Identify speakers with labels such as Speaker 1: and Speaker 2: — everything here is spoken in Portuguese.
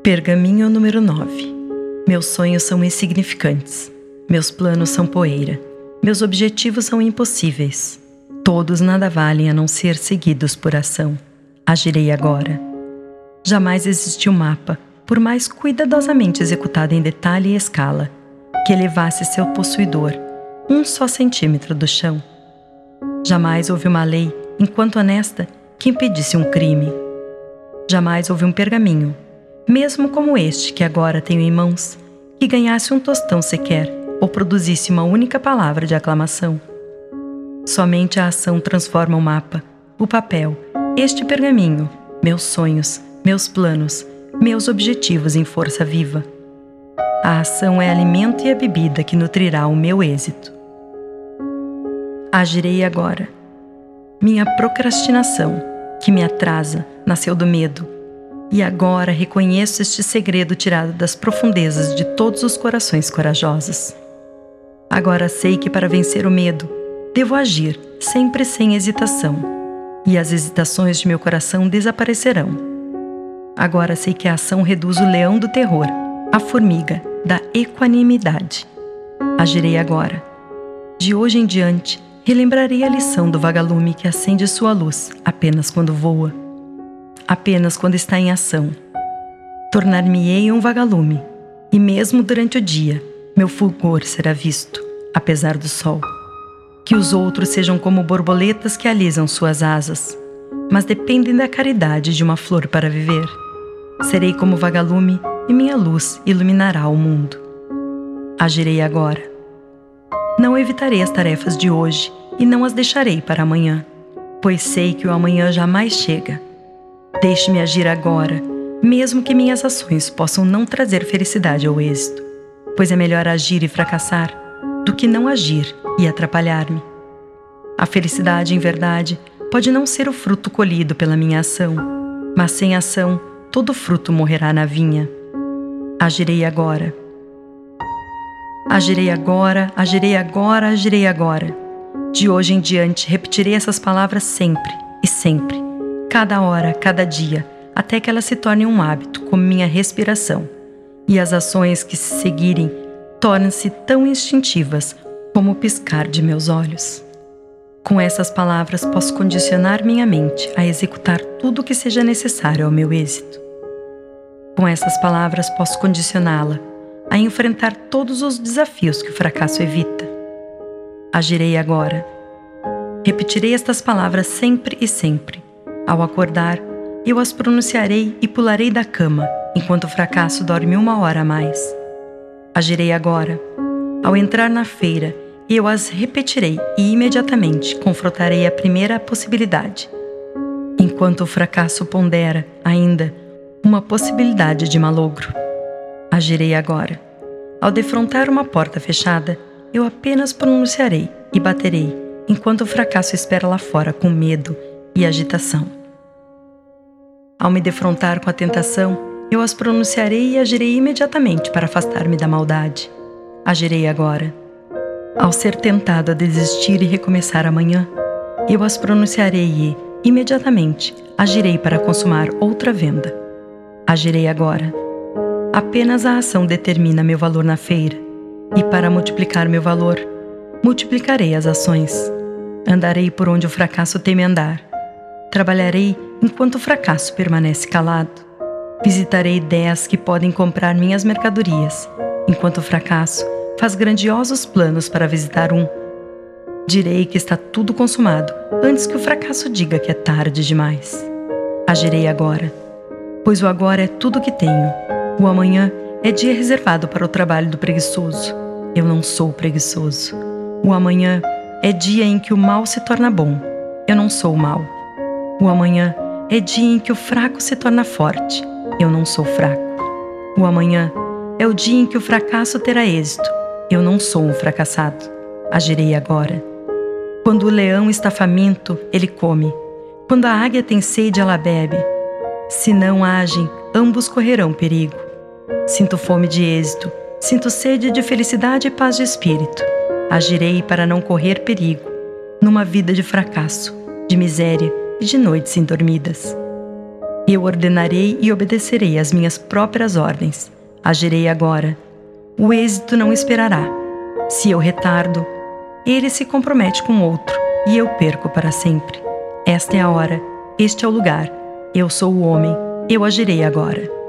Speaker 1: Pergaminho número 9. Meus sonhos são insignificantes. Meus planos são poeira. Meus objetivos são impossíveis. Todos nada valem a não ser seguidos por ação. Agirei agora. Jamais existiu mapa, por mais cuidadosamente executado em detalhe e escala, que elevasse seu possuidor um só centímetro do chão. Jamais houve uma lei, enquanto honesta, que impedisse um crime. Jamais houve um pergaminho, mesmo como este que agora tenho em mãos, que ganhasse um tostão sequer ou produzisse uma única palavra de aclamação. Somente a ação transforma o mapa, o papel, este pergaminho, meus sonhos, meus planos, meus objetivos em força viva. A ação é alimento e a bebida que nutrirá o meu êxito. Agirei agora. Minha procrastinação, que me atrasa, nasceu do medo. E agora reconheço este segredo tirado das profundezas de todos os corações corajosos. Agora sei que para vencer o medo, devo agir, sempre sem hesitação. E as hesitações de meu coração desaparecerão. Agora sei que a ação reduz o leão do terror, a formiga da equanimidade. Agirei agora. De hoje em diante, relembrarei a lição do vagalume que acende sua luz apenas quando voa. Apenas quando está em ação. Tornar-me-ei um vagalume, e mesmo durante o dia, meu fulgor será visto, apesar do sol. Que os outros sejam como borboletas que alisam suas asas, mas dependem da caridade de uma flor para viver. Serei como vagalume e minha luz iluminará o mundo. Agirei agora. Não evitarei as tarefas de hoje e não as deixarei para amanhã, pois sei que o amanhã jamais chega. Deixe-me agir agora, mesmo que minhas ações possam não trazer felicidade ou êxito, pois é melhor agir e fracassar do que não agir e atrapalhar-me. A felicidade, em verdade, pode não ser o fruto colhido pela minha ação, mas sem ação, todo fruto morrerá na vinha. Agirei agora. Agirei agora, agirei agora, agirei agora. De hoje em diante, repetirei essas palavras sempre e sempre, cada hora, cada dia, até que elas se tornem um hábito, como minha respiração, e as ações que se seguirem tornem-se tão instintivas como o piscar de meus olhos. Com essas palavras posso condicionar minha mente a executar tudo o que seja necessário ao meu êxito. Com essas palavras posso condicioná-la a enfrentar todos os desafios que o fracasso evita. Agirei agora. Repetirei estas palavras sempre e sempre. Ao acordar, eu as pronunciarei e pularei da cama, enquanto o fracasso dorme 1 hora a mais. Agirei agora. Ao entrar na feira, eu as repetirei e imediatamente confrontarei a primeira possibilidade. Enquanto o fracasso pondera, ainda, uma possibilidade de malogro. Agirei agora. Ao defrontar uma porta fechada, eu apenas pronunciarei e baterei, enquanto o fracasso espera lá fora com medo e agitação. Ao me defrontar com a tentação, eu as pronunciarei e agirei imediatamente para afastar-me da maldade. Agirei agora. Ao ser tentado a desistir e recomeçar amanhã, eu as pronunciarei e, imediatamente, agirei para consumar outra venda. Agirei agora. Apenas a ação determina meu valor na feira, e para multiplicar meu valor, multiplicarei as ações. Andarei por onde o fracasso teme andar. Trabalharei enquanto o fracasso permanece calado. Visitarei ideias que podem comprar minhas mercadorias, enquanto o fracasso faz grandiosos planos para visitar um. Direi que está tudo consumado antes que o fracasso diga que é tarde demais. Agirei agora, pois o agora é tudo o que tenho. O amanhã é dia reservado para o trabalho do preguiçoso. Eu não sou preguiçoso. O amanhã é dia em que o mal se torna bom. Eu não sou o mal. O amanhã é dia em que o fraco se torna forte. Eu não sou fraco. O amanhã é o dia em que o fracasso terá êxito. Eu não sou um fracassado. Agirei agora. Quando o leão está faminto, ele come. Quando a águia tem sede, ela bebe. Se não agem, ambos correrão perigo. Sinto fome de êxito. Sinto sede de felicidade e paz de espírito. Agirei para não correr perigo, numa vida de fracasso, de miséria e de noites indormidas. Eu ordenarei e obedecerei às minhas próprias ordens. Agirei agora. O êxito não esperará. Se eu retardo, ele se compromete com outro e eu perco para sempre. Esta é a hora, este é o lugar. Eu sou o homem, eu agirei agora.